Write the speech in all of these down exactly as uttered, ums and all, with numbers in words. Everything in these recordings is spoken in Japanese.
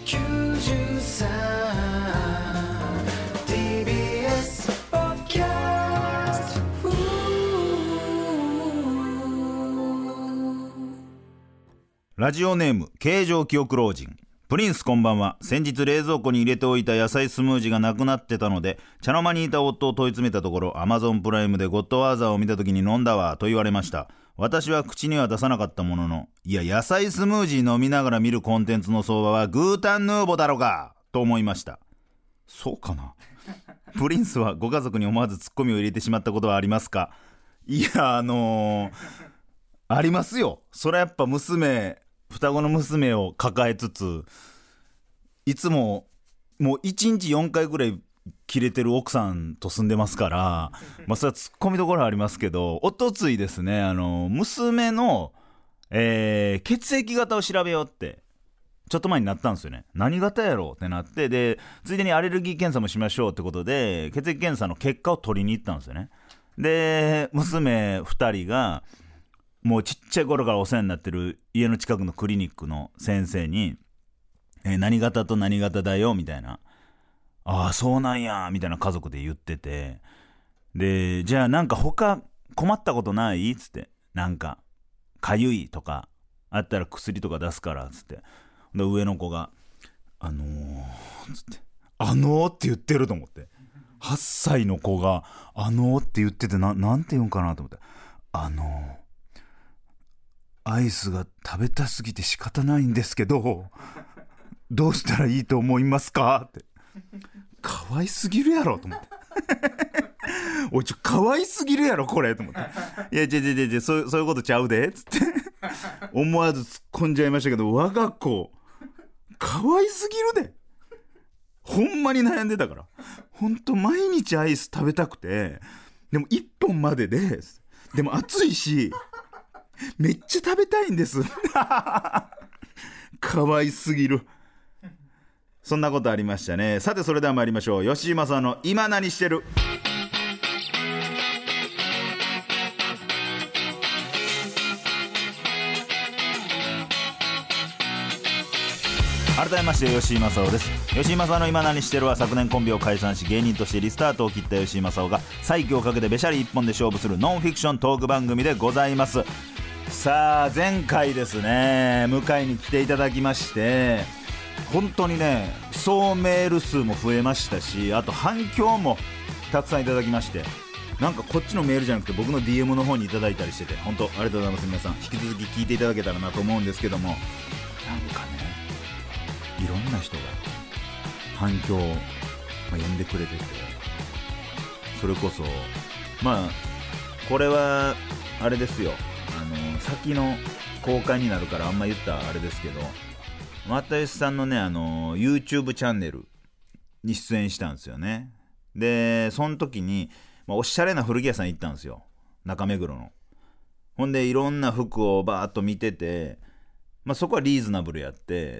きゅうじゅうさん ティービーエス ポッドキャスト。 ラジオネーム形状記憶老人。プリンスこんばんは。先日冷蔵庫に入れておいた野菜スムージーがなくなってたので、茶の間にいた夫を問い詰めたところ、アマゾンプライムでゴッドファーザーを見た時に飲んだわと言われました。私は口には出さなかったものの、いや野菜スムージー飲みながら見るコンテンツの相場はグータンヌーボだろがと思いました。そうかな。プリンスはご家族に思わずツッコミを入れてしまったことはありますか？いやあのー、ありますよ。それはやっぱ娘双子の娘を抱えつつ、いつももういちにちよんかいぐらい切れてる奥さんと住んでますから、まあそれはツッコミどころありますけど、おとついですね、あの娘の、えー、血液型を調べようってちょっと前になったんですよね。何型やろうってなって、でついでにアレルギー検査もしましょうってことで血液検査の結果を取りに行ったんですよね。で娘ふたりがもうちっちゃい頃からお世話になってる家の近くのクリニックの先生に、えー、何型と何型だよみたいな、ああそうなんやみたいな家族で言ってて、でじゃあなんか他困ったことないっつって、なんかかゆいとかあったら薬とか出すからっつって、で上の子があのーつってあのーって言ってると思って、はっさいの子があのーって言ってて、な、なんて言うんかなと思って、あのーアイスが食べたすぎて仕方ないんですけどどうしたらいいと思いますかって。可愛すぎるやろと思っておいちょ可愛すぎるやろこれと思って、いや違う違う違う、そうそういうことちゃうでっつって思わず突っ込んじゃいましたけど、我が子可愛すぎるで、ほんまに悩んでたから、ほんと毎日アイス食べたくて、でもいっぽんまでです、でも暑いしめっちゃ食べたいんです可愛すぎる。そんなことありましたね。さてそれでは参りましょう。吉島さんの今何してる。改めまして吉井正夫です。吉井正夫の今何してるは、昨年コンビを解散し芸人としてリスタートを切った吉井正夫が再起をかけてべしゃり一本で勝負するノンフィクショントーク番組でございます。さあ前回ですね、迎えに来ていただきまして、本当にね総メール数も増えましたし、あと反響もたくさんいただきまして、なんかこっちのメールじゃなくて僕の ディーエム の方にいただいたりしてて、本当ありがとうございます。皆さん引き続き聞いていただけたらなと思うんですけども、なんかねいろんな人が反響を、まあ、読んでくれてて、それこそまあこれはあれですよ、あの先の公開になるからあんま言ったらあれですけど、又吉さんのねあの YouTube チャンネルに出演したんですよね。でその時に、まあ、おしゃれな古着屋さん行ったんですよ、中目黒の。ほんでいろんな服をバーっと見てて、まあ、そこはリーズナブルやって、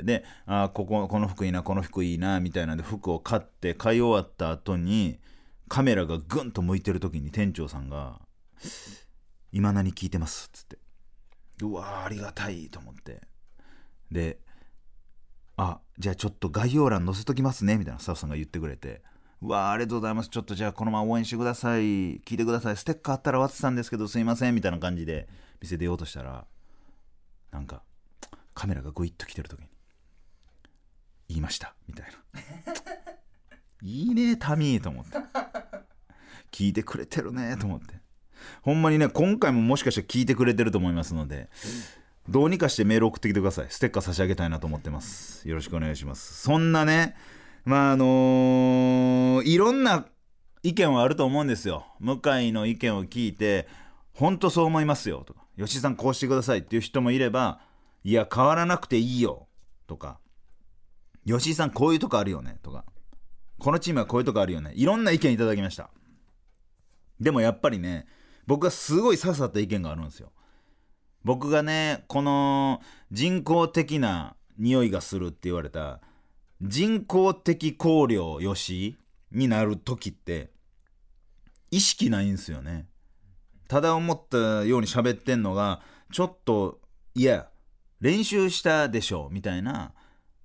であこここの服いいなこの服いいなみたいなんで服を買って、買い終わった後にカメラがグンと向いてる時に店長さんが今何聞いてますっつって、うわーありがたいと思って、であじゃあちょっと概要欄載せときますねみたいなスタッフさんが言ってくれて、うわーありがとうございます、ちょっとじゃあこのまま応援してください、聞いてください、ステッカーあったら渡ってたんですけどすいませんみたいな感じで店出ようとしたら、なんかカメラがグイッと来てる時に言いましたみたいないいねタミーと思って、聞いてくれてるねと思って、ほんまにね今回ももしかして聞いてくれてると思いますので、どうにかしてメール送ってきてください。ステッカー差し上げたいなと思ってます。よろしくお願いします。そんなね、まああのー、いろんな意見はあると思うんですよ。向井の意見を聞いて本当そう思いますよとか、吉井さんこうしてくださいっていう人もいれば、いや変わらなくていいよとか、吉井さんこういうとこあるよねとか、このチームはこういうとこあるよね、いろんな意見いただきました。でもやっぱりね、僕がすごい刺さった意見があるんですよ。僕がねこの人工的な匂いがするって言われた人工的香料吉井になる時って意識ないんですよね。ただ思ったように喋ってんのがちょっといや練習したでしょみたいな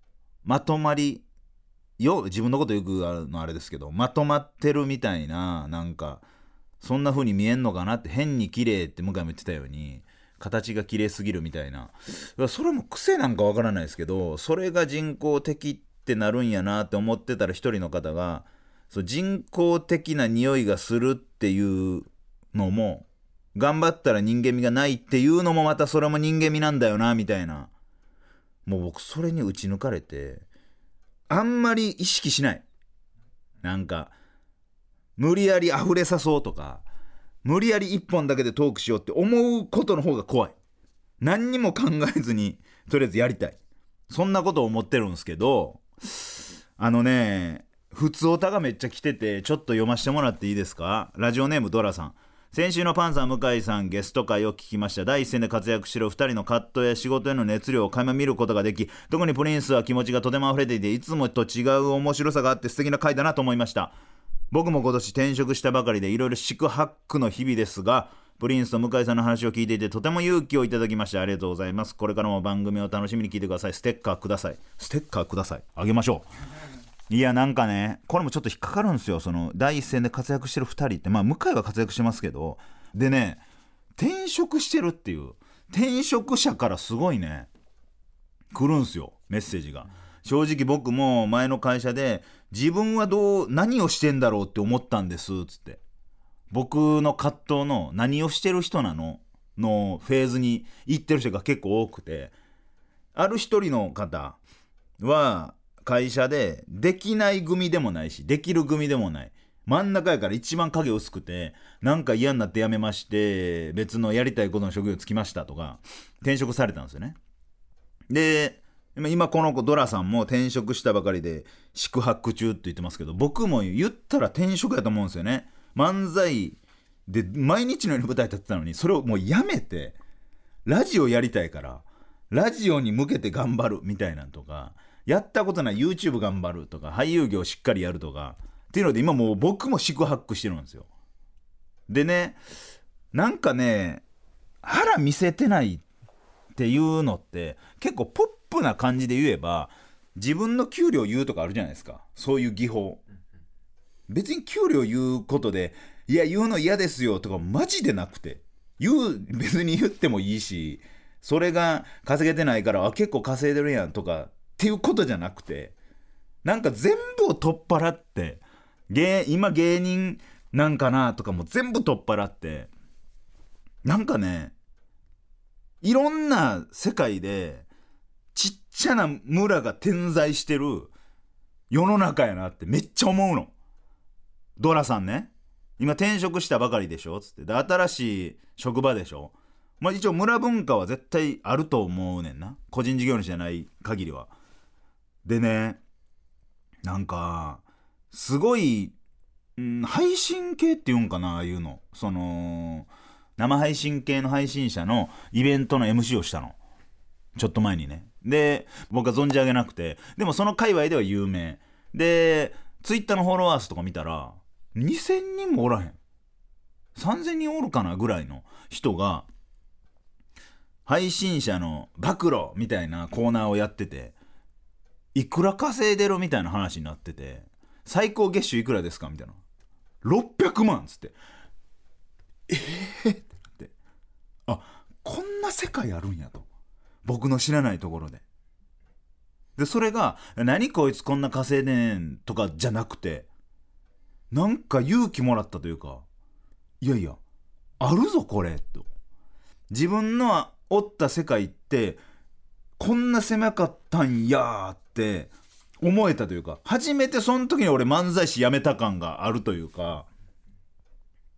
まとまりよ、自分のことよくあるのあれですけど、まとまってるみたいな、なんかそんな風に見えんのかなって、変に綺麗って向井も言ってたように形が綺麗すぎるみたいな、それも癖なんかわからないですけど、それが人工的ってなるんやなって思ってたら、一人の方がそう人工的な匂いがするっていうのも、頑張ったら人間味がないっていうのもまたそれも人間味なんだよなみたいな、もう僕それに打ち抜かれて、あんまり意識しない。なんか無理やり溢れさそうとか、無理やり一本だけでトークしようって思うことの方が怖い。何にも考えずにとりあえずやりたい、そんなことを思ってるんですけど、あのね、ふつおたがめっちゃ来てて、ちょっと読ませてもらっていいですか。ラジオネームドラさん。先週のパンサー向井さんゲスト会を聞きました。第一線で活躍しているふたりの葛藤や仕事への熱量を垣間見ることができ、特にプリンスは気持ちがとても溢れていて、いつもと違う面白さがあって素敵な回だなと思いました。僕も今年転職したばかりでいろいろ四苦八苦の日々ですが、プリンスと向井さんの話を聞いていてとても勇気をいただきました。ありがとうございます。これからも番組を楽しみに聞いてください。ステッカーください。ステッカーください。あげましょう。いや、なんかね、これもちょっと引っかかるんですよ。その第一線で活躍してるふたりって、まあ向井は活躍してますけど、でね、転職してるっていう、転職者からすごいね来るんすよ、メッセージが。正直僕も前の会社で自分はどう何をしてんだろうって思ったんですつって、僕の葛藤の何をしてる人なののフェーズに行ってる人が結構多くて、ある一人の方は会社でできない組でもないしできる組でもない、真ん中やから一番影薄くて、なんか嫌になって辞めまして別のやりたいことの職業つきましたとか転職されたんですよね。で今この子ドラさんも転職したばかりで四苦八苦中って言ってますけど、僕も言ったら転職やと思うんですよね。漫才で毎日のように舞台立ってたのに、それをもうやめてラジオやりたいからラジオに向けて頑張るみたいなんとか、やったことない YouTube 頑張るとか、俳優業しっかりやるとかっていうので、今もう僕も四苦八苦してるんですよ。でね、なんかね、腹見せてないっていうのって結構ポップな感じで言えば自分の給料言うとかあるじゃないですか。そういう技法、別に給料言うことでいや言うの嫌ですよとかマジでなくて、言う別に言ってもいいし、それが稼げてないからあ結構稼いでるやんとかっていうことじゃなくて、なんか全部を取っ払って、芸今芸人なんかなとかも全部取っ払って、なんかね、いろんな世界でちっちゃな村が点在してる世の中やなってめっちゃ思うの。ドラさんね、今転職したばかりでしょつって、で新しい職場でしょ、まあ一応村文化は絶対あると思うねんな、個人事業主じゃない限りは。でね、なんかすごい、うん、配信系っていうんかな、ああいうの、その生配信系の配信者のイベントの エムシー をしたの、ちょっと前にね。で僕は存じ上げなくて、でもその界隈では有名で、ツイッターのフォロワー数とか見たらにせんにんもおらへん、さんぜんにんおるかなぐらいの人が配信者の暴露みたいなコーナーをやってて、いくら稼いでるみたいな話になってて、最高月収いくらですかみたいな、ろっぴゃくまんっつって、えーってなって、あこんな世界あるんやと、僕の知らないところで。でそれが何こいつこんな稼いでんとかじゃなくて、なんか勇気もらったというか、いやいやあるぞこれと、自分のおった世界ってこんな狭かったんやーって思えたというか、初めてその時に俺漫才師辞めた感があるというか、うん、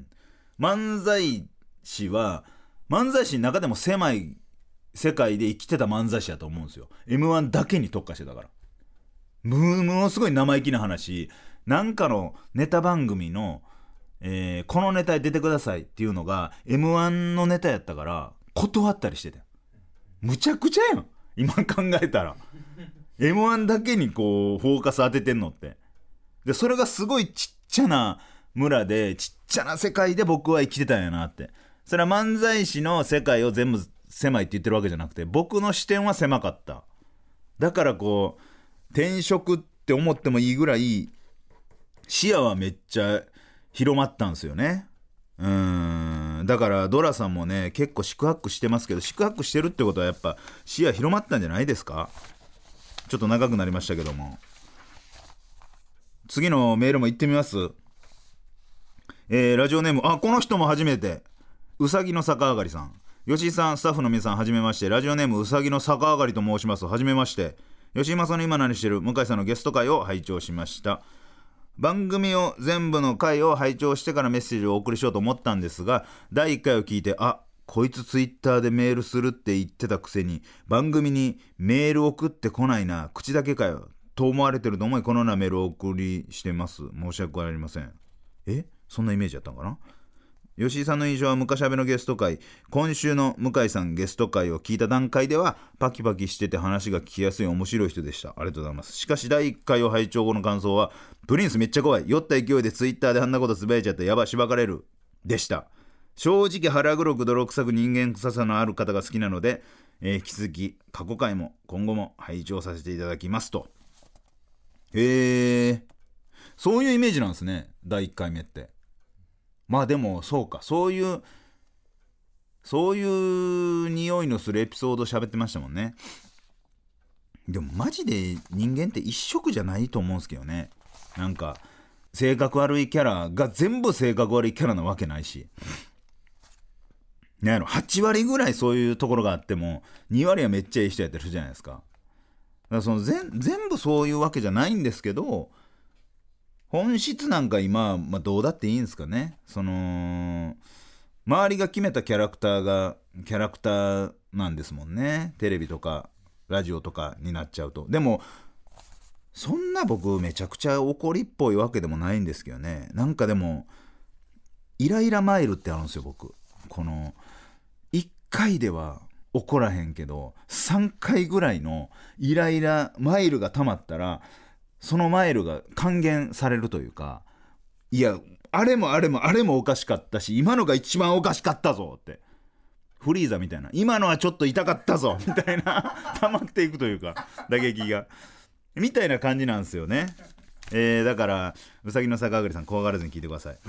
漫才師は漫才師の中でも狭い世界で生きてた漫才師だと思うんですよ。 エムワン だけに特化してたから、ものすごい生意気な話、なんかのネタ番組の、えー、このネタで出てくださいっていうのが エムワン のネタやったから断ったりしてて、むちゃくちゃやん今考えたらエムワン だけにこうフォーカス当ててんのって。でそれがすごいちっちゃな村でちっちゃな世界で僕は生きてたんやなって。それは漫才師の世界を全部狭いって言ってるわけじゃなくて、僕の視点は狭かっただからこう転職って思ってもいいぐらい視野はめっちゃ広まったんですよね。うーんだからドラさんもね結構四苦八苦してますけど、四苦八苦してるってことはやっぱ視野広まったんじゃないですか。ちょっと長くなりましたけども、次のメールも行ってみます。えー、ラジオネーム、あ、この人も初めて、うさぎの逆上がりさん。吉井さん、スタッフの皆さんはじめまして。ラジオネームうさぎの逆上がりと申します。はじめまして。吉井正の今何してる向井さんのゲスト会を拝聴しました。番組を全部の回を拝聴してからメッセージをお送りしようと思ったんですが、だいいっかいを聞いて、あ、こいつツイッターでメールするって言ってたくせに番組にメール送ってこないな、口だけかよと思われてると思い、このようなメールをお送りしてます。申し訳ありません。え、そんなイメージやったのかな。吉井さんの印象は昔あべのゲスト会、今週の向井さんゲスト会を聞いた段階ではパキパキしてて話が聞きやすい面白い人でした。ありがとうございます。しかしだいいっかいを拝聴後の感想は、プリンスめっちゃ怖い、酔った勢いでツイッターであんなことつぶやいちゃってやばしばかれるでした。正直腹黒く泥臭く人間臭さのある方が好きなので、えー、引き続き過去回も今後も拝聴させていただきますと。へえ、そういうイメージなんですね、だいいっかいめって。まあでもそうか、そういうそういう匂いのするエピソード喋ってましたもんね。でもマジで人間って一色じゃないと思うんですけどね。なんか性格悪いキャラが全部性格悪いキャラなわけないし、なんやろ、はちわりぐらいそういうところがあってもにわりはめっちゃいい人やったりするじゃないですか。だからその全全部そういうわけじゃないんですけど、本質なんか今、まあ、どうだっていいんですかね。その周りが決めたキャラクターがキャラクターなんですもんね。テレビとかラジオとかになっちゃうと。でもそんな僕めちゃくちゃ怒りっぽいわけでもないんですけどね。なんかでもイライラマイルってあるんですよ僕。このいっかいでは怒らへんけどさんかいぐらいのイライラマイルが溜まったら、そのマイルが還元されるというか、いやあれもあれもあれもおかしかったし、今のが一番おかしかったぞって、フリーザみたいな、今のはちょっと痛かったぞみたいな溜まっていくというか、打撃がみたいな感じなんですよね。えー、だからうさぎの逆上がりさん、怖がらずに聞いてください。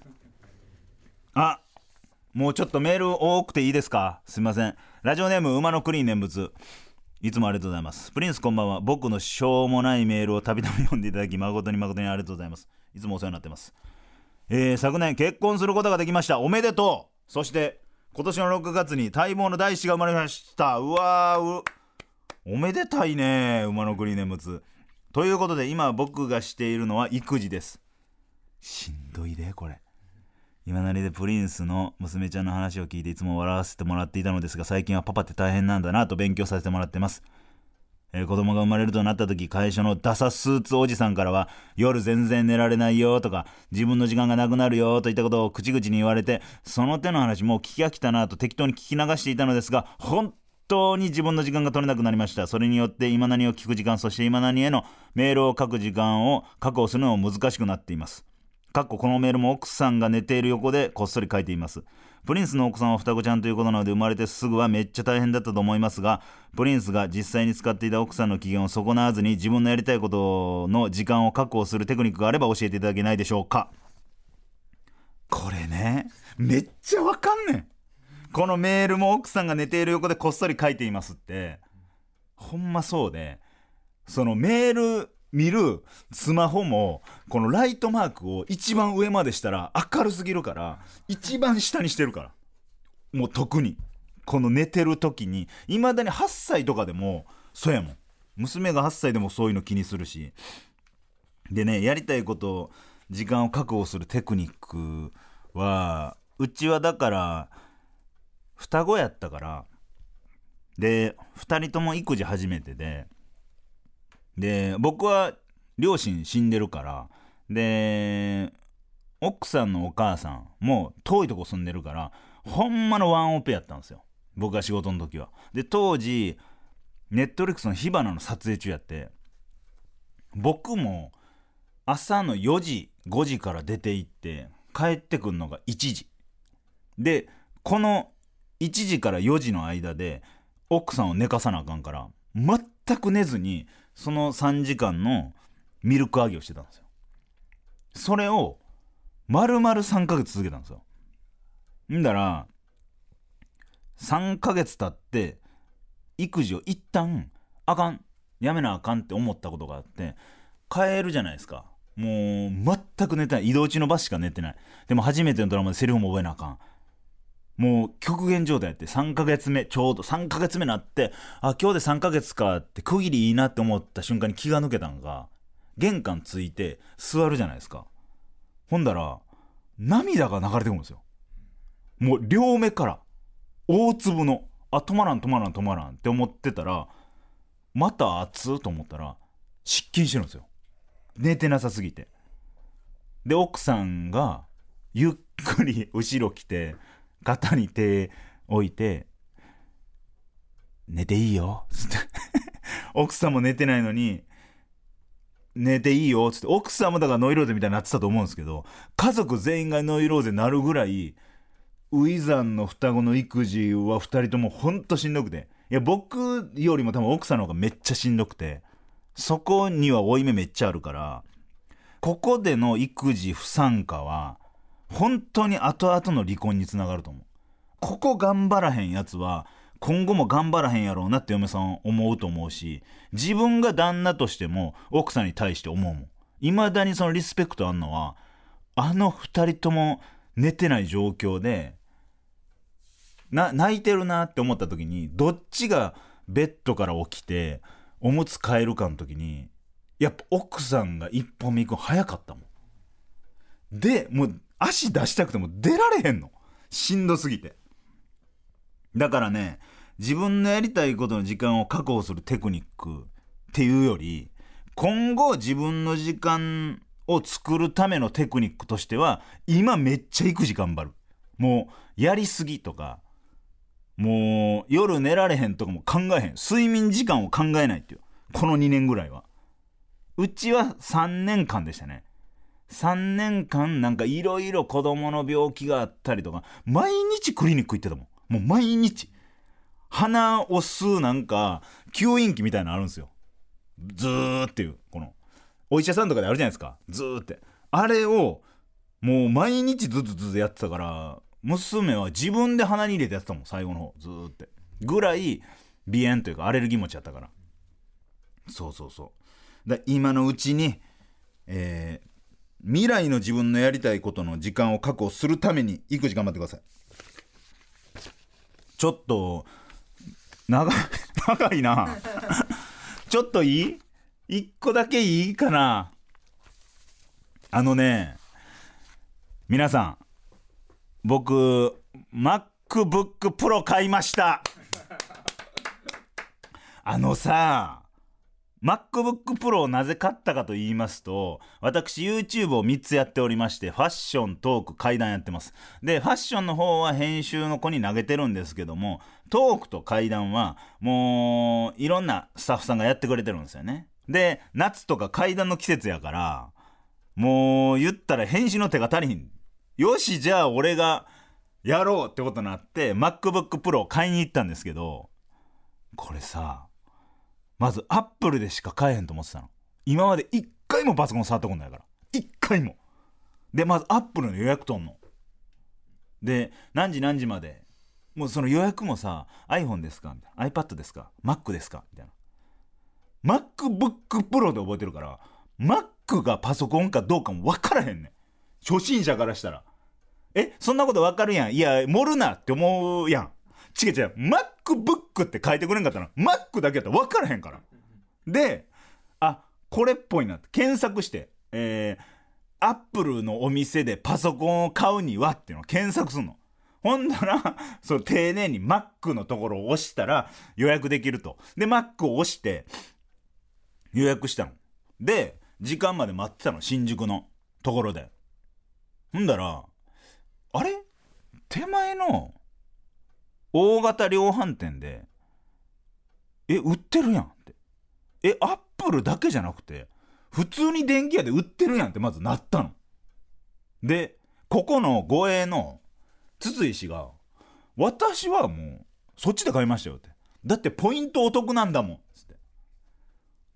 あ、もうちょっとメール多くていいですか。すいません。ラジオネーム馬のクリーン念仏、いつもありがとうございます。プリンスこんばんは。僕のしょうもないメールをたびたび読んでいただき誠に誠にありがとうございます。いつもお世話になってます。えー、昨年結婚することができました。おめでとう。そして今年のろくがつに待望の第一子が生まれました。うわー、うおめでたいね、馬のクリーン念仏。ということで今僕がしているのは育児です。しんどいでこれ。今なりでプリンスの娘ちゃんの話を聞いていつも笑わせてもらっていたのですが、最近はパパって大変なんだなと勉強させてもらってます。えー、子供が生まれるとなった時、会社のダサスーツおじさんからは、夜全然寝られないよとか、自分の時間がなくなるよといったことを口々に言われて、その手の話もう聞き飽きたなと適当に聞き流していたのですが、本当に自分の時間が取れなくなりました。それによって今何を聞く時間、そして今何へのメールを書く時間を確保するのも難しくなっています。かっここのメールも奥さんが寝ている横でこっそり書いています。プリンスの奥さんは双子ちゃんということなので、生まれてすぐはめっちゃ大変だったと思いますが、プリンスが実際に使っていた奥さんの機嫌を損なわずに自分のやりたいことの時間を確保するテクニックがあれば教えていただけないでしょうか。これね、めっちゃわかんねん。このメールも奥さんが寝ている横でこっそり書いていますって、ほんまそうで、そのメール見るスマホもこのライトマークを一番上までしたら明るすぎるから一番下にしてるから、もう特にこの寝てる時にいまだにはっさいとかでもそうやもん。娘がはっさいでもそういうの気にするし、でね、やりたいこと時間を確保するテクニックは、うちはだから双子やったから、でふたりとも育児初めてで、で僕は両親死んでるから、で奥さんのお母さんも遠いとこ住んでるから、ほんまのワンオペやったんですよ、僕が仕事の時は。で当時ネットフリックスの火花の撮影中やって、僕も朝のよじごじから出て行って帰ってくるのがいちじで、このいちじからよじの間で奥さんを寝かさなあかんから、全全く寝ずにそのさんじかんのミルクあげをしてたんですよ。それを丸々さんかげつ続けたんですよ。んだらさんかげつ経って育児を一旦あかんやめなあかんって思ったことがあって、帰るじゃないですか。もう全く寝てない、移動中のバスしか寝てない。でも初めてのドラマでセリフも覚えなあかん、もう極限状態やって、さんかげつめちょうどさんかげつめなって、あ今日でさんかげつかって区切りいいなって思った瞬間に気が抜けたのが、玄関ついて座るじゃないですか。ほんだら涙が流れてくるんですよ。もう両目から大粒の、あ止まらん止まらん止まらんって思ってたら、また熱っと思ったら失禁してるんですよ、寝てなさすぎて。で奥さんがゆっくり後ろ来て肩に手置いて、寝ていいよつって奥さんも寝てないのに寝ていいよつって、奥さんもだからノイローゼみたいになってたと思うんですけど、家族全員がノイローゼになるぐらい初産の双子の育児はふたりともほんとしんどくて、いや僕よりも多分奥さんの方がめっちゃしんどくて、そこには負い目めっちゃあるから、ここでの育児不参加は本当に後々の離婚につながると思う。ここ頑張らへんやつは今後も頑張らへんやろうなって嫁さん思うと思うし、自分が旦那としても奥さんに対して思うもん。未だにそのリスペクトあんのは、あの二人とも寝てない状況でな泣いてるなって思った時に、どっちがベッドから起きておむつ替えるかの時に、やっぱ奥さんが一歩目行くの早かったもん。でもう足出したくても出られへんの、しんどすぎて。だからね、自分のやりたいことの時間を確保するテクニックっていうより、今後自分の時間を作るためのテクニックとしては、今めっちゃ育児頑張る、もうやりすぎとか、もう夜寝られへんとかも考えへん、睡眠時間を考えないっていう、このにねんぐらいは。うちはさんねんかんでしたね。さんねんかんなんかいろいろ子供の病気があったりとか、毎日クリニック行ってたもん。もう毎日鼻を吸うなんか吸引器みたいなのあるんですよ、ズーっていう、このお医者さんとかであるじゃないですか、ズーって、あれをもう毎日ずつずつやってたから、娘は自分で鼻に入れてやってたもん、最後の方ずーってぐらい鼻炎というかアレルギー持ちやったから。そうそうそう、だ今のうちに、えー、未来の自分のやりたいことの時間を確保するために育児頑張ってください。ちょっと長い長いなちょっといい？一個だけいいかな。あのね、皆さん、僕 MacBook Pro 買いました。あのさ、MacBook Pro をなぜ買ったかと言いますと、私 YouTube をみっつやっておりまして、ファッション、トーク、怪談やってます。でファッションの方は編集の子に投げてるんですけども、トークと怪談はもういろんなスタッフさんがやってくれてるんですよね。で夏とか怪談の季節やから、もう言ったら編集の手が足りひん。よしじゃあ俺がやろうってことになって MacBook Pro を買いに行ったんですけど、これさ、まずアップルでしか買えへんと思ってたの。今まで一回もパソコン触ったことないから、一回も。でまずアップルの予約取んので、何時何時まで、もうその予約もさ、 iPhone ですかみたいな、 iPad ですか、 Mac ですかみたいな。 MacBook Pro で覚えてるから、 Mac がパソコンかどうかも分からへんねん、初心者からしたら。えそんなこと分かるやん、いや盛るなって思うやん。違う違う、 MacBook って書いてくれんかったら Mac だけやったら分からへんから。で、あこれっぽいなって検索して、えー、Apple のお店でパソコンを買うにはっていうのを検索すんの。ほんだらそう丁寧に Mac のところを押したら予約できると。で Mac を押して予約したの。で時間まで待ってたの、新宿のところで。ほんだら、あれ手前の大型量販店でえ売ってるやんって、えアップルだけじゃなくて普通に電気屋で売ってるやんってまずなったの。でここの護衛の筒井氏が、私はもうそっちで買いましたよって、だってポイントお得なんだもんつって、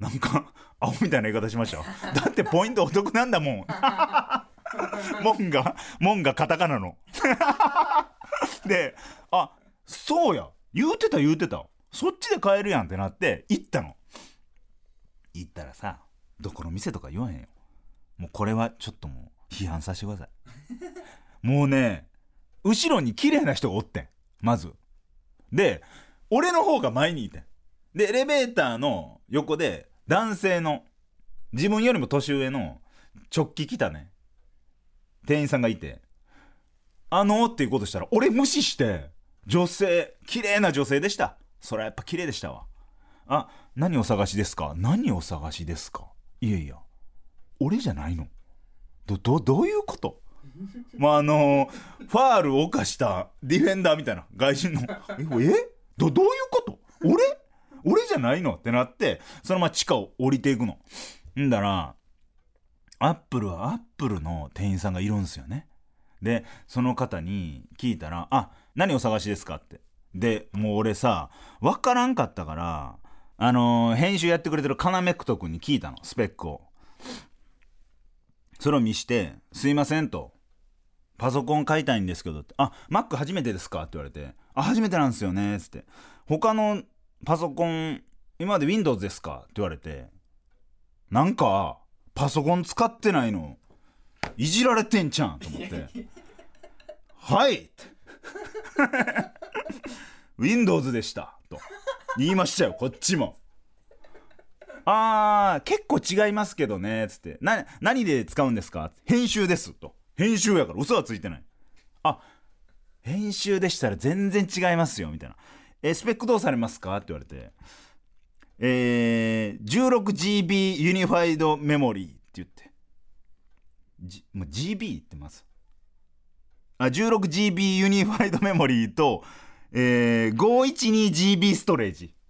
なんかアホみたいな言い方しましただってポイントお得なんだもんもんがもんがカタカナので、あ、そうや言うてた言うてたそっちで買えるやんってなって行ったの。行ったらさ、どこの店とか言わへんよ。もうこれはちょっともう批判させてくださいもうね、後ろに綺麗な人がおってん、まず。で、俺の方が前にいてん。で、エレベーターの横で男性の自分よりも年上の直帰来たね店員さんがいて、あのーっていうことしたら俺無視して、女性、綺麗な女性でした。それはやっぱ綺麗でしたわ。あ、何お探しですか？何お探しですか？いやいや、俺じゃないの。ど、ど、どういうこと？まあ、あのー、ファールを犯したディフェンダーみたいな外人のえ、ど、どういうこと？俺？俺じゃないのってなって、そのまま地下を降りていくの。んだら、アップルはアップルの店員さんがいるんすよね。で、その方に聞いたら、あ、何お探しですかって。で、もう俺さ、わからんかったから、あのー、編集やってくれてるカナメクト君に聞いたの、スペックを。それを見して、すいませんと。パソコン買いたいんですけどって。あ、Mac 初めてですかって言われて。あ、初めてなんですよね。つって。他のパソコン、今まで Windows ですかって言われて。なんか、パソコン使ってないの、いじられてんちゃんと思って。はいって。Windows でしたと言いましたよ、こっちも。あー、結構違いますけどねつって。な、何で使うんですか？編集ですと。編集やから嘘はついてない。あ、編集でしたら全然違いますよみたいな。え、スペックどうされますかって言われて、えー、じゅうろくジービー ユニファイドメモリーって言って、G、もう ジービー ってます。あ、じゅうろくジービー ユニファイドメモリーと、えー、ごひゃくじゅうにジービー ストレージ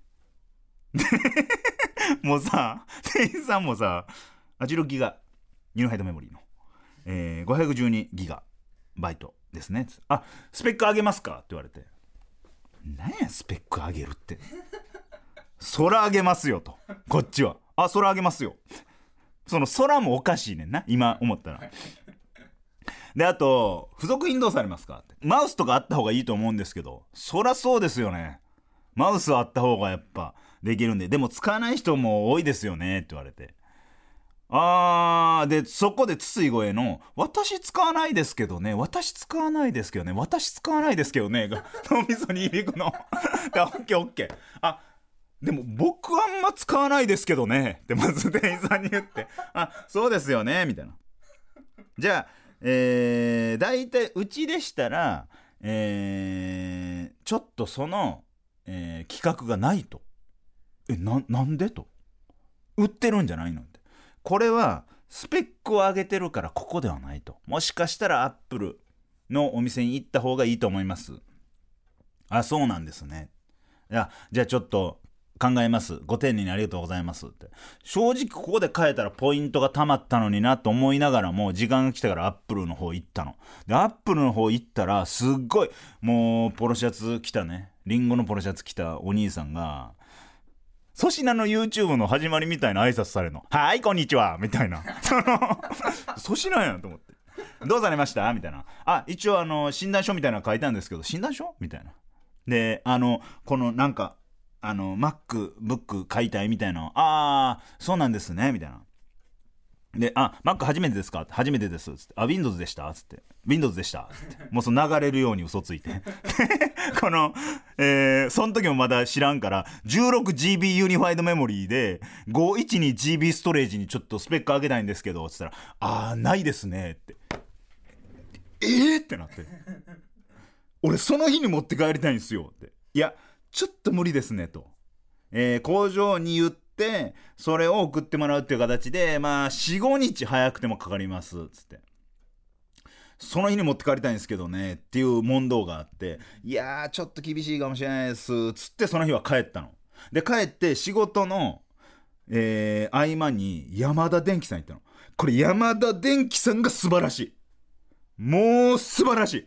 もうさ、店員さんもさ、じゅうろくギガユニファイドメモリーの、えー、ごひゃくじゅうにギガバイトですね。あ、スペック上げますかって言われて、何やスペック上げるってそら上げますよと、こっちは。あ、そら上げますよ。その空もおかしいねんな、今思ったら。で、あと付属品どうされますかって。マウスとかあった方がいいと思うんですけど、そらそうですよね、マウスはあった方がやっぱできるんで。でも使わない人も多いですよねって言われて、あー、でそこで筒井声の私使わないですけどね、私使わないですけどね、私使わないですけどねが脳みそに響くの。オッケーオッケー。あ、でも僕あんま使わないですけどねってまず店員さんに言って、あ、そうですよねみたいな。じゃあ、えー、大体うちでしたら、えー、ちょっとその、えー、企画がないと。え、な、なんでと。売ってるんじゃないのって。これはスペックを上げてるからここではないと。もしかしたらアップルのお店に行った方がいいと思います。あ、そうなんですね。いや、じゃあちょっと考えます。ご丁寧にありがとうございますって。正直ここで変えたらポイントがたまったのになと思いながらも、時間が来たからアップルの方行ったの。で、アップルの方行ったらすっごいもうポロシャツ着たね、リンゴのポロシャツ着たお兄さんが、粗品の YouTube の始まりみたいな挨拶されるの。はい、こんにちはみたいな。その粗品やんと思って。どうされましたみたいな。あ、一応あの診断書みたいなの書いたんですけど、診断書みたいな。で、あのこのなんかあの MacBook 買いたいみたいな。あー、そうなんですねみたいな。で、あ、Mac 初めてですか？初めてですつって。あ、Windows でしたつって。Windows でしたつって。もうその流れるように嘘ついて。この、えー、その時もまだ知らんから、じゅうろくジービー ユニファイドメモリーで、ごひゃくじゅうにジービー ストレージにちょっとスペック上げたいんですけど、つったら、あー、ないですねって。えーってなって。俺その日に持って帰りたいんですよって。いや、ちょっと無理ですねと。えー、工場に言って、でそれを送ってもらうっていう形で、まあ よんごにち早くてもかかりますつって、その日に持って帰りたいんですけどねっていう問答があって、いやーちょっと厳しいかもしれないですつって、その日は帰ったの。で帰って仕事の、えー、合間に山田電機さん行ったの。これ山田電機さんが素晴らしい、もう素晴らし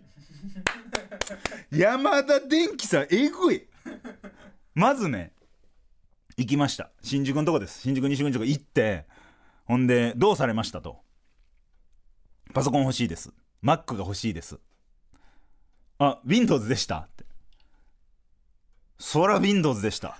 い山田電機さんえぐい。まずね、 行きました。新宿のとこです。新宿西口とか行って、ほんでどうされましたと。パソコン欲しいです。Mac が欲しいです。あ、Windows でしたって。そら Windows でした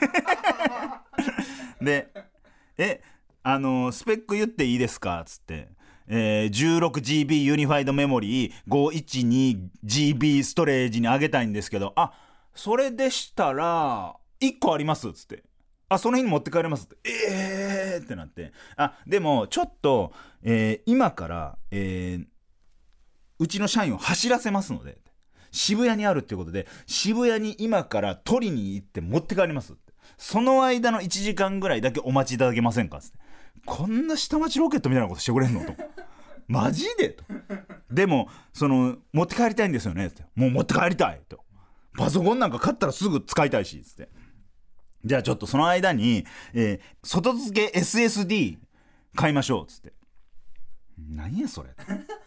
で、え、あのスペック言っていいですかつって、えー、じゅうろくジービー ユニファイドメモリー ごひゃくじゅうにジービー ストレージに上げたいんですけど、あ、それでしたらいっこありますつって、あ、その日に持って帰れますって、えーってなって、あ、でもちょっと、えー、今から、えー、うちの社員を走らせますので、渋谷にあるっていうことで、渋谷に今から取りに行って持って帰りますって、その間のいちじかんぐらいだけお待ちいただけませんかつって、こんな下町ロケットみたいなことしてくれんのとマジでと。でもその持って帰りたいんですよねって、もう持って帰りたいと、パソコンなんか買ったらすぐ使いたいしつって、じゃあちょっとその間に、えー、外付け エスエスディー 買いましょうつって、何やそれ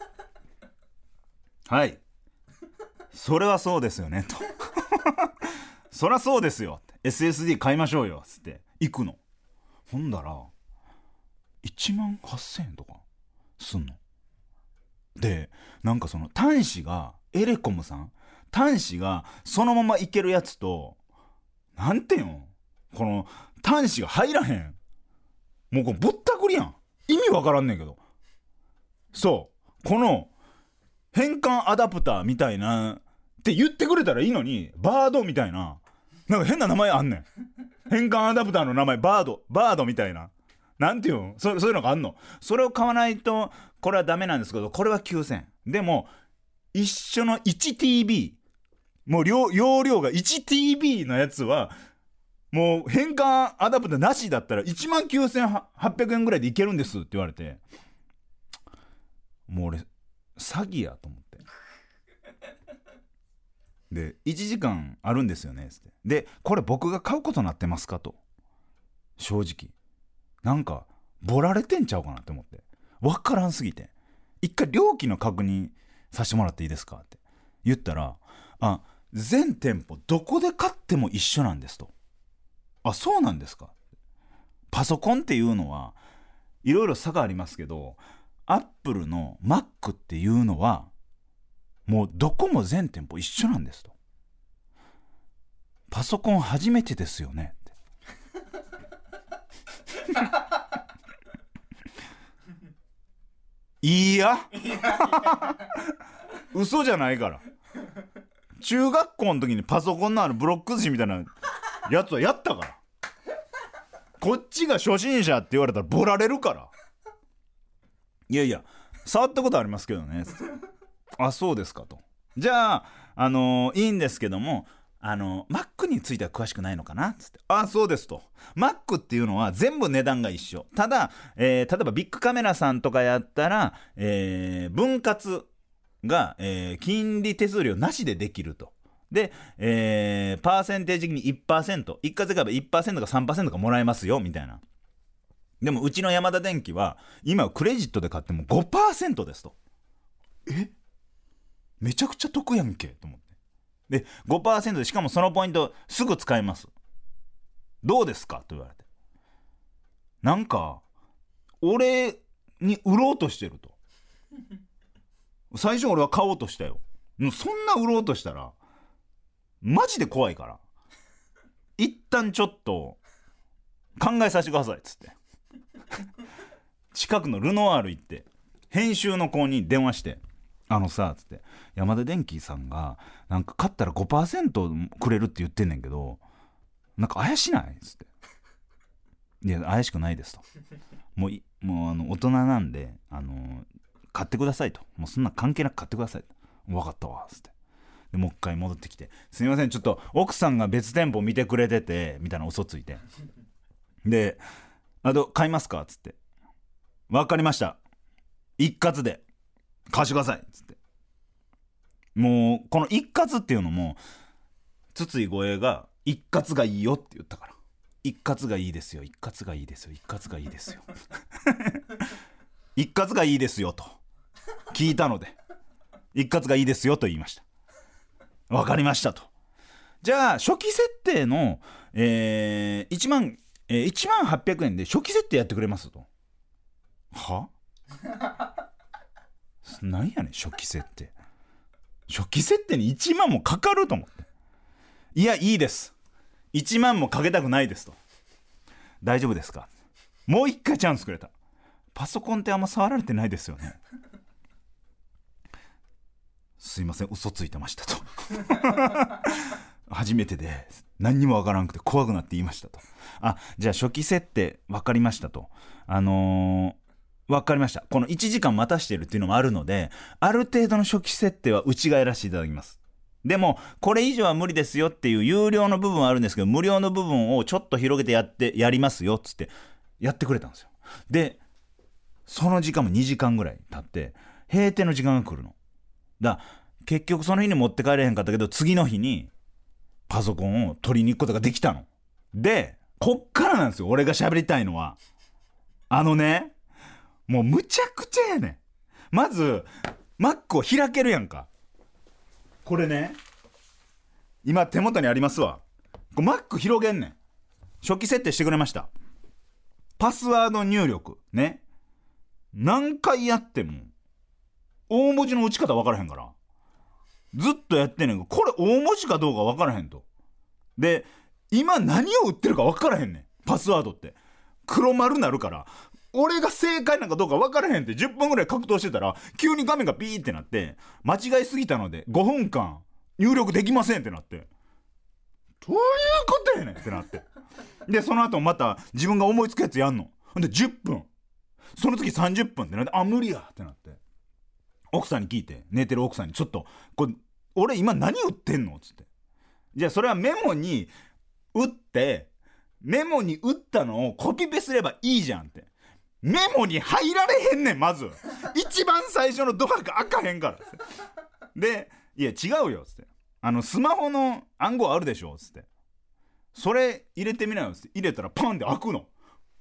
はい、それはそうですよねとそりゃそうですよ、 エスエスディー 買いましょうよつって行くの。ほんだらいちまんはっせんえんとかすんので、なんかその端子がエレコムさん、端子がそのままいけるやつと、なんていうの、この端子が入らへん、もうこれぼったくりやん、意味わからんねんけど、そうこの変換アダプターみたいなって言ってくれたらいいのに、バードみたいな、なんか変な名前あんねん変換アダプターの名前バード、バードみたいな、なんていうの、 そ, そういうのがあんの。それを買わないとこれはダメなんですけど、これはきゅうせんえんでも一緒の いちティービー、 もう容量が いちティービー のやつはもう変換アダプターなしだったら いちまんきゅうせんはっぴゃくえんぐらいでいけるんですって言われて、もう俺詐欺やと思ってで、いちじかんあるんですよねって。で、これ僕が買うことになってますかと、正直なんかボラれてんちゃうかなって思って、わからんすぎて、一回料金の確認させてもらっていいですかって言ったら、あ、全店舗どこで買っても一緒なんですと。あ、そうなんですか。パソコンっていうのはいろいろ差がありますけど、アップルの Mac っていうのはもうどこも全店舗一緒なんですと。パソコン初めてですよねっていや嘘じゃないから、中学校の時にパソコンのあるブロック寿司みたいなやつはやったから、こっちが初心者って言われたらボラれるから、いやいや触ったことありますけどねあ、そうですかと。じゃあ、あのー、いいんですけども、あの Mac については詳しくないのかなつって、あ、そうですと。 Mac っていうのは全部値段が一緒。ただ、えー、例えばビッグカメラさんとかやったら、えー、分割が、えー、金利手数料なしでできると。で、えー、パーセンテージ的に いちパーセント、一括で買えば いちパーセント か さんパーセント かもらえますよみたいな。でもうちのヤマダ電機は今クレジットで買っても ごパーセント ですと。え、めちゃくちゃ得やんけと思って、で ごパーセント でしかもそのポイントすぐ使えます、どうですかと言われて、なんか俺に売ろうとしてると最初俺は買おうとしたよ。もうそんな売ろうとしたらマジで怖いから一旦ちょっと考えさせてくださいっつって近くのルノワール行って編集の子に電話して、あのさつって、ヤマダ電機さんがなんか買ったら ごパーセント くれるって言ってんねんけど、なんか怪しないつって、いや怪しくないですと、もういもうあの大人なんで、あの買ってくださいと、もうそんな関係なく買ってくださいと、分かったわつって、でもう一回戻ってきて、すみませんちょっと奥さんが別店舗見てくれててみたいな嘘ついて、であと買いますかつって、分かりました、一括で貸してくださいっつって、もうこの一括っていうのも筒井護衛が一括がいいよって言ったから、一括がいいですよ、一括がいいですよ、一括がいいですよ一括がいいですよと聞いたので、一括がいいですよと言いました。わかりましたと。じゃあ初期設定の、 えー、いちまん、えー、いちまんはっぴゃくえんで初期設定やってくれますと。はなんやねん初期設定。初期設定にいちまんもかかると思って、いやいいです、いちまんもかけたくないですと。大丈夫ですか、もう一回チャンスくれた。パソコンってあんま触られてないですよね。すいません嘘ついてましたと。初めてで何にもわからなくて怖くなって言いましたと。あ、じゃあ初期設定分かりましたと。あのー、分かりました。このいちじかん待たしてるっていうのもあるので、ある程度の初期設定は内側やらせていただきます。でもこれ以上は無理ですよっていう有料の部分はあるんですけど、無料の部分をちょっと広げてやってやりますよっつってやってくれたんですよ。でその時間もにじかんぐらい経って閉店の時間が来るのだ。結局その日に持って帰れへんかったけど、次の日にパソコンを取りに行くことができたので、こっからなんですよ俺が喋りたいのは。あのね、もうむちゃくちゃやねん。まず Mac を開けるやんか。これね今手元にありますわ。これ Mac 広げんねん。初期設定してくれました。パスワード入力ね、何回やっても大文字の打ち方分からへんから、ずっとやってんねんけど、これ大文字かどうか分からへんと。で今何を打ってるか分からへんねん。パスワードって黒丸なるから、俺が正解なんかどうか分からへんってじゅっぷんぐらい格闘してたら、急に画面がピーってなって、間違いすぎたのでごふんかん入力できませんってなって、どういうことやねんってなって、でその後また自分が思いつくやつやんの。でじゅっぷん、その次さんじゅっぷんってなって、あ無理やってなって、奥さんに聞いて、寝てる奥さんに、ちょっとこれ俺今何打ってんのっつって、じゃあそれはメモに打って、メモに打ったのをコピペすればいいじゃんって。メモに入られへんねん。まず一番最初のドアが開かへんからで、いや違うよっつって、あのスマホの暗号あるでしょっつって、それ入れてみなよっつって入れたらパンって開くの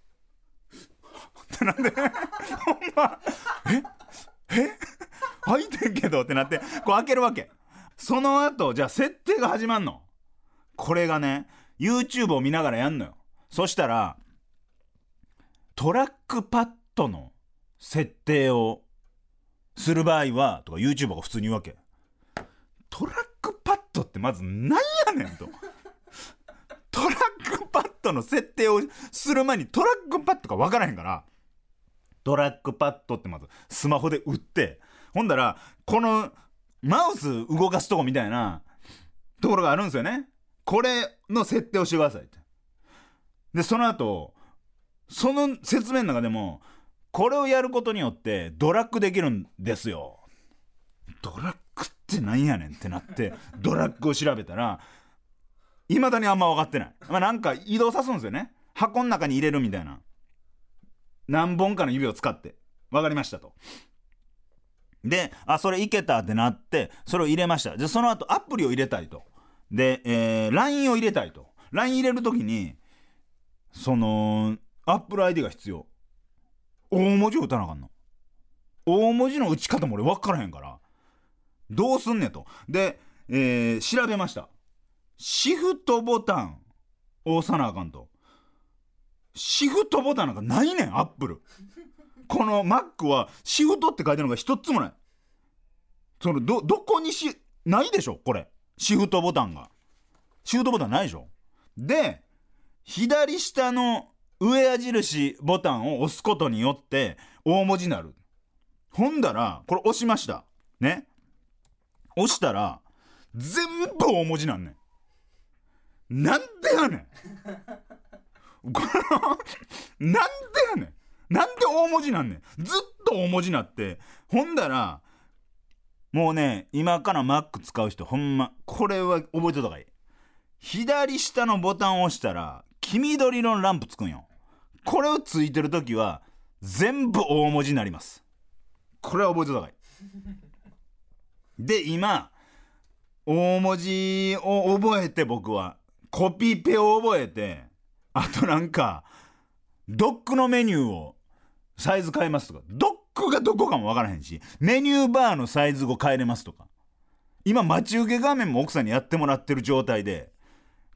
ってなんでほんまええ開いてんけどってなって、こう開けるわけ。その後じゃあ設定が始まんの。これがね YouTube を見ながらやんのよ。そしたらトラックパッドの設定をする場合はとか YouTuber が普通に言うわけ。トラックパッドってまずなんやねんと。トラックパッドの設定をする前にトラックパッドか分からへんから、トラックパッドってまずスマホで打って、ほんだらこのマウス動かすとこみたいなところがあるんですよね。これの設定をしてくださいって。でその後その説明の中でも、これをやることによってドラッグできるんですよ。ドラッグってなんやねんってなってドラッグを調べたら、いまだにあんま分かってない。まあ、なんか移動さすんですよね。箱の中に入れるみたいな、何本かの指を使って。分かりましたと。で、あそれいけたってなって、それを入れました。でその後アプリを入れたいと。で、えー、ライン を入れたいと。 ライン 入れるときにそのアップル アイディー が必要。大文字を打たなあかんの。大文字の打ち方も俺分からへんから、どうすんねんと。で、えー、調べました。シフトボタン押さなあかんと。シフトボタンなんかないねんアップル。この Mac はシフトって書いてるのが一つもない。その ど, どこにしないでしょこれ。シフトボタンがシフトボタンないでしょ。で左下の上矢印ボタンを押すことによって大文字になる。ほんだらこれ押しましたね。押したら全部大文字なんねん。なんでやねんこのなんでやねんなんで大文字なんねん。ずっと大文字なって。ほんだらもうね、今から Mac 使う人ほんまこれは覚えておいた方がいい。左下のボタンを押したら黄緑のランプつくんよ。これをついてるときは全部大文字になります。これは覚えておいた方がいい。で今大文字を覚えて、僕はコピペを覚えて、あとなんかドックのメニューをサイズ変えますとか、ドックがどこかも分からへんし、メニューバーのサイズを変えれますとか、今待ち受け画面も奥さんにやってもらってる状態で、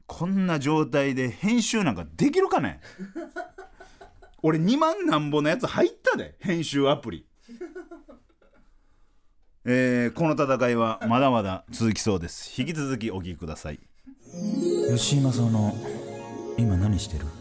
こんな状態で編集なんかできるかね。俺にまんなんぼのやつ入ったで、編集アプリ。えー、この戦いはまだまだ続きそうです。引き続きお聞きください。吉井正夫の今何してる？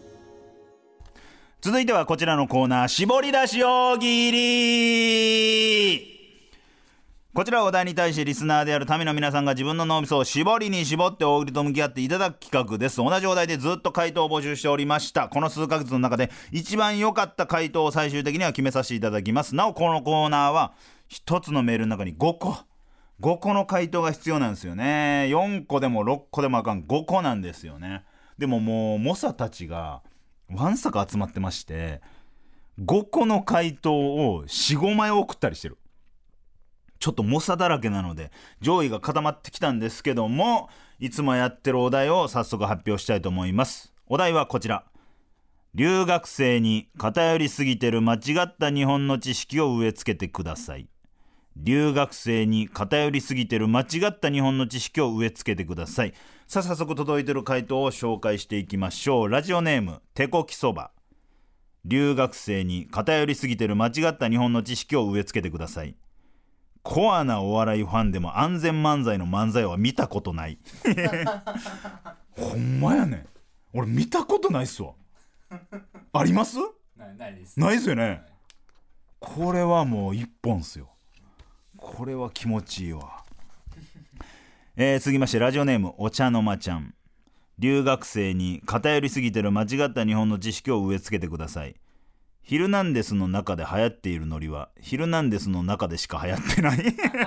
続いてはこちらのコーナー、絞り出し大喜利。こちらお題に対してリスナーである民の皆さんが自分の脳みそを絞りに絞って大喜利と向き合っていただく企画です。同じお題でずっと回答を募集しておりました。この数ヶ月の中で一番良かった回答を最終的には決めさせていただきます。なおこのコーナーは一つのメールの中にごこごこの回答が必要なんですよね。よんこでもろっこでもあかん、ごこなんですよね。でももう猛者たちがわんさか集まってまして、ごこの回答をよん、ごまい送ったりしてる。ちょっと猛者だらけなので上位が固まってきたんですけども、いつもやってるお題を早速発表したいと思います。お題はこちら。留学生に偏りすぎてる間違った日本の知識を植え付けてください。留学生に偏りすぎてる間違った日本の知識を植え付けてください。さあ早速届いてる回答を紹介していきましょう。ラジオネーム手こきそば。留学生に偏りすぎてる間違った日本の知識を植え付けてください。コアなお笑いファンでも安全漫才の漫才は見たことない。ほんまやねん、俺見たことないっすわ。あります？ ない、ないです。 ないっすよね、はい、これはもう一本っすよ。これは気持ちいいわ。えー、続きましてラジオネームお茶の間ちゃん。留学生に偏りすぎてる間違った日本の知識を植え付けてください。ヒルナンデスの中で流行っているノリはヒルナンデスの中でしか流行ってない。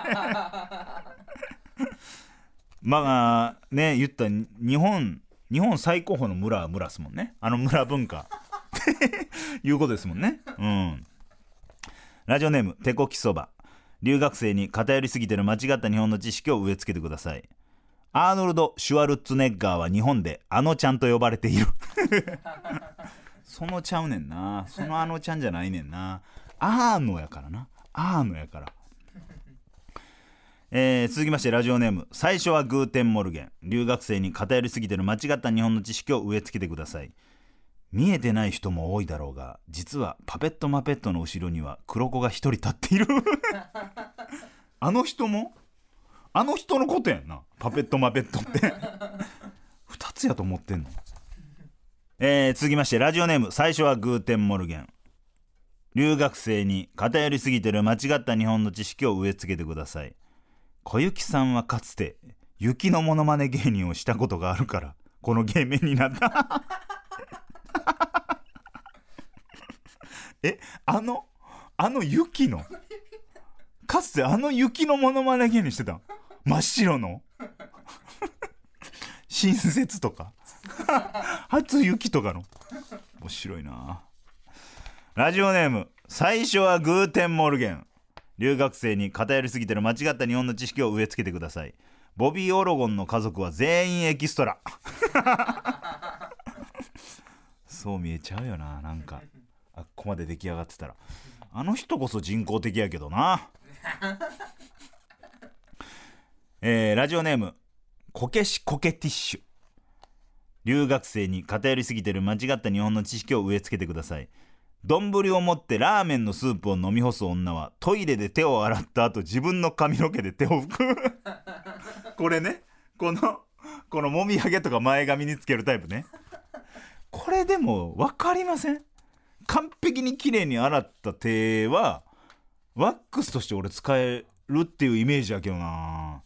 まあね、言った日本日本最高峰の村は村ですもんね。あの村文化いうことですもんね。うん。ラジオネーム手こきそば。留学生に偏りすぎてる間違った日本の知識を植え付けてください。アーノルド・シュワルツネッガーは日本であのちゃんと呼ばれている。そのちゃうねんな。そのあのちゃんじゃないねんな。アーノやからな。アーノやから。えー、続きましてラジオネーム最初はグーテンモルゲン。留学生に偏りすぎてる間違った日本の知識を植え付けてください。見えてない人も多いだろうが、実はパペットマペットの後ろには黒子が一人立っている。あの人もあの人のことやんな、パペットマペットって。二つやと思ってんの。えー、続きましてラジオネーム最初はグーテンモルゲン。留学生に偏りすぎてる間違った日本の知識を植え付けてください。小雪さんはかつて雪のモノマネ芸人をしたことがあるからこの芸名になった。え、あのあの雪のかつてあの雪のモノマネ芸人してたん？真っ白の新雪とか初雪とかの。面白いな。ラジオネーム最初はグーテンモルゲン。留学生に偏りすぎてる間違った日本の知識を植え付けてください。ボビー・オロゴンの家族は全員エキストラ。そう見えちゃうよな。なんかあっこまで出来上がってたらあの人こそ人工的やけどな。えー、ラジオネームこけしこけティッシュ。留学生に偏りすぎてる間違った日本の知識を植え付けてください。丼を持ってラーメンのスープを飲み干す女はトイレで手を洗った後自分の髪の毛で手を拭く。これね、このこのもみあげとか前髪につけるタイプね。これでも分かりません？完璧に綺麗に洗った手はワックスとして俺使えるっていうイメージやけどな。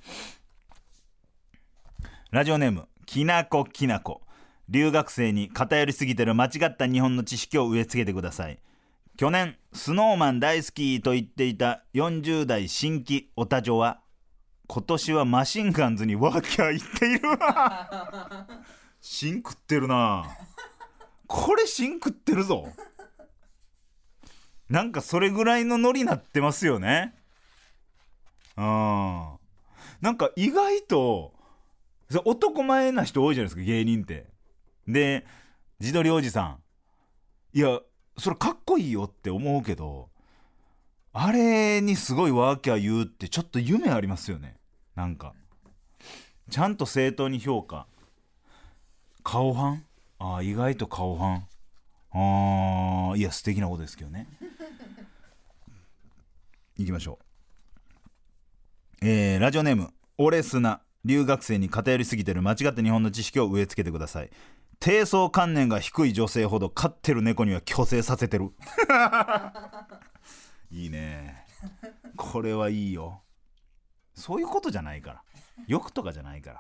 ラジオネームきなこきなこ。留学生に偏りすぎてる間違った日本の知識を植え付けてください。去年スノーマン大好きと言っていたよんじゅう代新規オタジョは今年はマシンガンズにワーキャー言っている。芯食ってるな。これ芯食ってるぞ。なんかそれぐらいのノリになってますよね。うん。なんか意外と男前な人多いじゃないですか、芸人って。で自撮りおじさん、いやそれかっこいいよって思うけど、あれにすごいワーキャー言うってちょっと夢ありますよね。なんかちゃんと正当に評価顔半、あ意外と顔半、あいや素敵なことですけどね。いきましょう。えー、ラジオネームオレスナ。留学生に偏りすぎてる間違った日本の知識を植え付けてください。低層観念が低い女性ほど飼ってる猫には虚勢させてる。いいね、これはいいよ。そういうことじゃないから、欲とかじゃないから。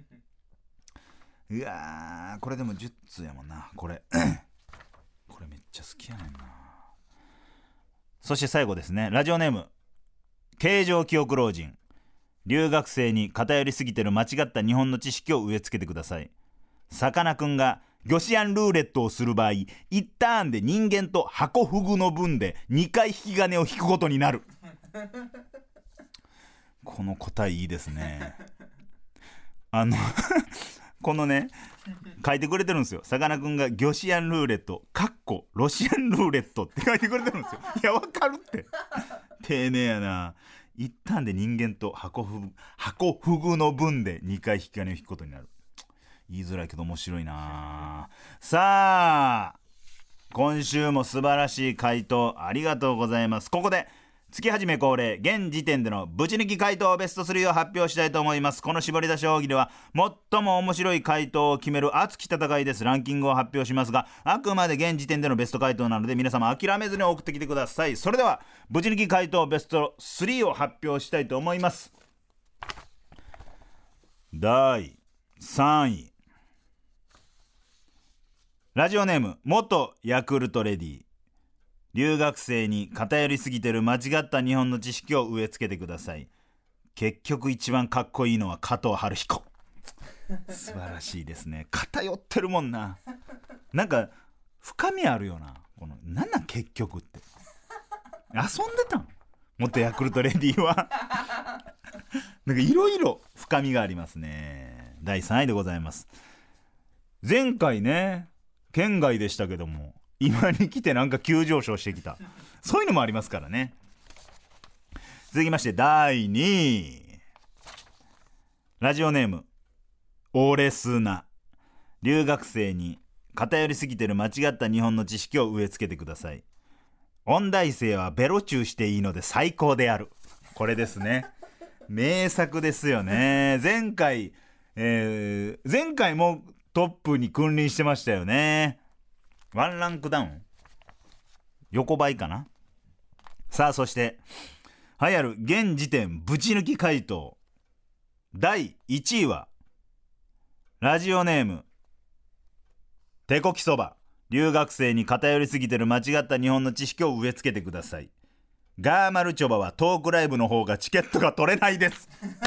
うわー、これでもじゅっつうやもんな、これこれめっちゃ好きやねんな。そして最後ですね、ラジオネーム形状記憶老人。留学生に偏りすぎてる間違った日本の知識を植え付けてください。さかなクンが魚シアンルーレットをする場合、いちターンで人間と箱フグの分でにかい引き金を引くことになる。この答えいいですね。あのこのね書いてくれてるんですよ。さかなクンが魚シアンルーレットかっこロシアンルーレットって書いてくれてるんですよ。いやわかるって丁寧やな。一旦で人間と箱フグ、箱フグの分でにかい引き金を引くことになる。言いづらいけど面白いな。さあ今週も素晴らしい回答ありがとうございます。ここで月始め恒例現時点でのぶち抜き回答ベストスリーを発表したいと思います。この絞り出し大喜利は最も面白い回答を決める熱き戦いです。ランキングを発表しますが、あくまで現時点でのベスト回答なので皆様諦めずに送ってきてください。それではぶち抜き回答ベストスリーを発表したいと思います。だいさんい、ラジオネーム元ヤクルトレディ。留学生に偏りすぎてる間違った日本の知識を植え付けてください。結局一番かっこいいのは加藤晴彦。素晴らしいですね。偏ってるもんな。なんか深みあるよな。このなんなん結局って遊んでたん元ヤクルトレディは。なんかいろいろ深みがありますね。だいさんいでございます。前回ね県外でしたけども今に来てなんか急上昇してきた、そういうのもありますからね。続きましてだいにい、ラジオネームオレスナ。留学生に偏りすぎてる間違った日本の知識を植え付けてください。音大生はベロチューしていいので最高である。これですね、名作ですよね。前回、えー、前回もトップに君臨してましたよね。ワンランクダウン、横ばいかな。さあそして流行る現時点ぶち抜き回答だいいちいはラジオネーム手こきそば。留学生に偏りすぎてる間違った日本の知識を植え付けてください。ガーマルチョバはトークライブの方がチケットが取れないです。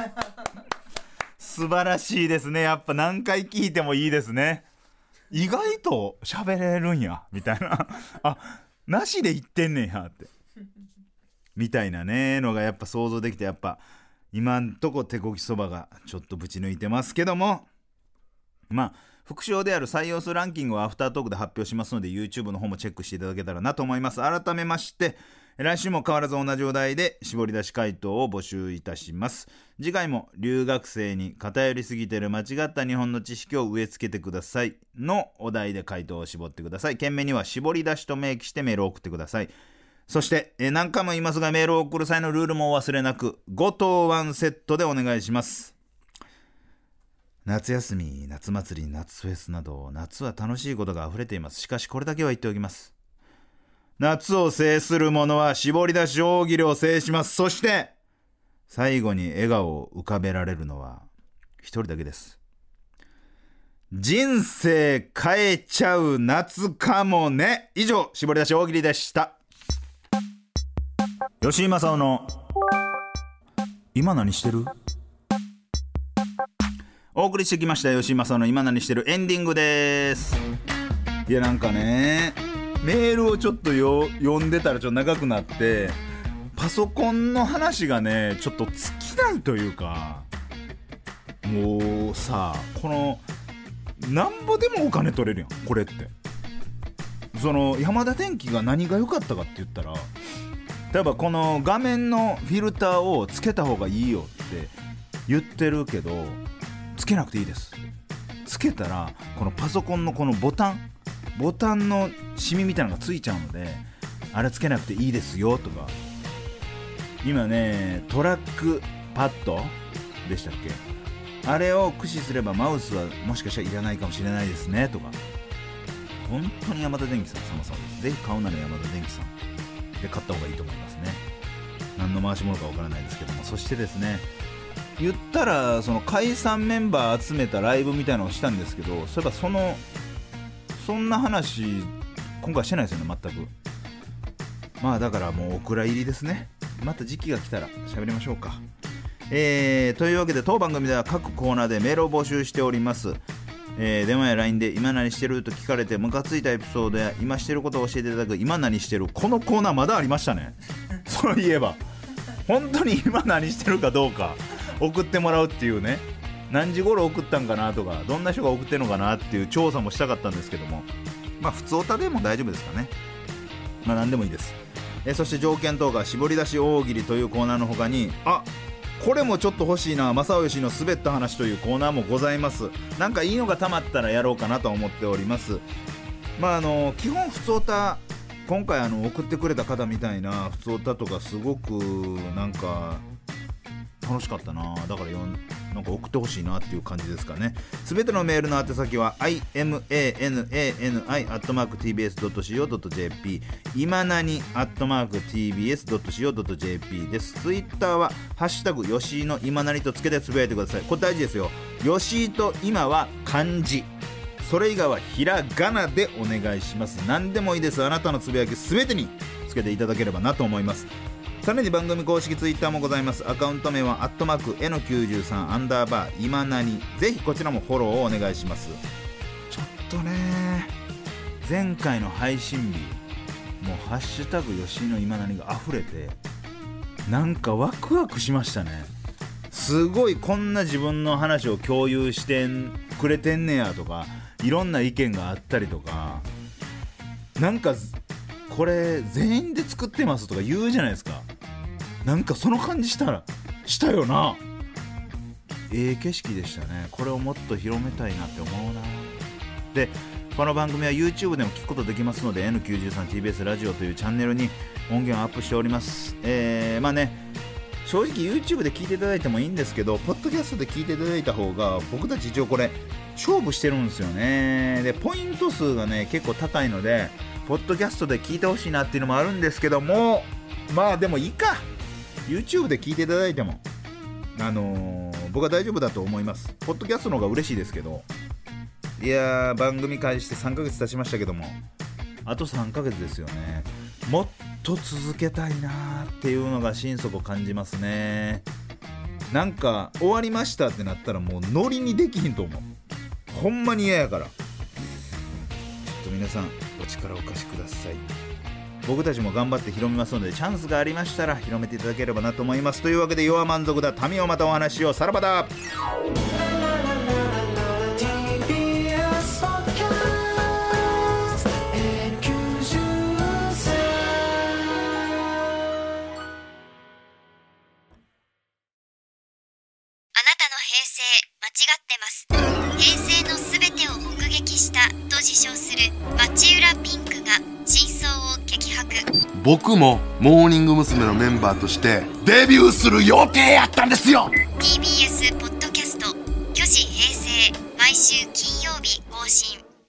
素晴らしいですね。やっぱ何回聞いてもいいですね。意外と喋れるんやみたいなあ、なしで言ってんねんやってみたいなねのがやっぱ想像できて、やっぱ今んとこ手こきそばがちょっとぶち抜いてますけども、まあ副賞である採用数ランキングはアフタートークで発表しますので YouTube の方もチェックしていただけたらなと思います。改めまして来週も変わらず同じお題で絞り出し回答を募集いたします。次回も留学生に偏りすぎてる間違った日本の知識を植え付けてくださいのお題で回答を絞ってください。件名には絞り出しと明記してメールを送ってください。そしてえ何回も言いますがメールを送る際のルールもお忘れなく、ご答ワンセットでお願いします。夏休み、夏祭り、夏フェスなど夏は楽しいことが溢れています。しかしこれだけは言っておきます。夏を制する者は絞り出し大喜利を制します。そして最後に笑顔を浮かべられるのは一人だけです。人生変えちゃう夏かもね。以上、絞り出し大喜利でした。吉井正夫の今何してる？お送りしてきました吉井正夫の今何してるエンディングです。いやなんかねメールをちょっとよ読んでたらちょっと長くなってパソコンの話がねちょっと尽きないというか、もうさこのなんぼでもお金取れるやんこれって。その山田電機が何が良かったかって言ったら、例えばこの画面のフィルターをつけた方がいいよって言ってるけどつけなくていいです。 つけたらこのパソコンのこのボタンボタンのシミみたいなのがついちゃうので、あれつけなくていいですよとか、今ねトラックパッドでしたっけ、あれを駆使すればマウスはもしかしたらいらないかもしれないですねとか、本当にヤマダ電機さん様々です。ぜひ買うならヤマダ電機さんで買った方がいいと思いますね。何の回し物かわからないですけども。そしてですね、言ったらその解散メンバー集めたライブみたいなのをしたんですけど、そういえばそのそんな話今回してないですよね、全く。まあだからもうお蔵入りですね。また時期が来たら喋りましょうか。えー、というわけで当番組では各コーナーでメールを募集しております。えー、電話や ライン で今何してると聞かれてムカついたエピソードや今してることを教えていただく今何してる、このコーナーまだありましたねそういえば本当に今何してるかどうか送ってもらうっていうね、何時頃送ったんかなとか、どんな人が送ってるのかなっていう調査もしたかったんですけども、まあ普通オタでも大丈夫ですかね。まあ何でもいいです。えー、そして条件等が絞り出し大喜利というコーナーの他に、あ、これもちょっと欲しいな、正義の滑った話というコーナーもございます。なんかいいのがたまったらやろうかなと思っております。まああの基本普通オタ、今回あの送ってくれた方みたいな普通オタとかすごくなんか楽しかったな、だからよんなんか送ってほしいなっていう感じですかね。すべてのメールの宛先は イマナニ アットマーク ティービーエス ドット シーオー ドット ジェーピー 今なに アットマーク ティービーエス ドット シーオー ドット ジェーピー です。ツイッターはハッシュタグよしいの今なにとつけてつぶやいてください。これ大事ですよ。よしいと今は漢字、それ以外はひらがなでお願いします。何でもいいです。あなたのつぶやきすべてにつけていただければなと思います。さらに番組公式ツイッターもございます。アカウント名はアットマーク エヌきゅうじゅうさん アンダーバー今なに、ぜひこちらもフォローをお願いします。ちょっとね、前回の配信日もうハッシュタグよしいの今なにが溢れて、なんかワクワクしましたね。すごい、こんな自分の話を共有してくれてんねやとか、いろんな意見があったりとか、なんかこれ全員で作ってますとか言うじゃないですか。なんかその感じしたらしたよな。ええ景色でしたね。これをもっと広めたいなって思うな。でこの番組は YouTube でも聞くことできますので エヌきゅうじゅうさんティービーエス ラジオというチャンネルに音源をアップしております。えー、まあね、正直 YouTube で聞いていただいてもいいんですけど、ポッドキャストで聞いていただいた方が僕たち一応これ勝負してるんですよね。でポイント数がね結構高いのでポッドキャストで聞いてほしいなっていうのもあるんですけども、まあでもいいか、 YouTube で聞いていただいてもあのー、僕は大丈夫だと思います。ポッドキャストの方が嬉しいですけど、いやー番組開始してさんかげつ経ちましたけども、あとさんかげつですよね。もっと続けたいなーっていうのが心底感じますね。なんか終わりましたってなったらもうノリにできひんと思う。ほんまに嫌やから、ちょっと皆さんお力をお貸しください。僕たちも頑張って広めますので、チャンスがありましたら広めていただければなと思います。というわけで、弱満足だ民をまたお話ししよう。さらばだ。 平成のすべてを目撃したと自称する町浦ピンクが真相を激白。 僕もモーニング娘。のメンバーとしてデビューする予定やったんですよ。 ティービーエス ポッドキャスト「虚子平成」毎週金曜日更新。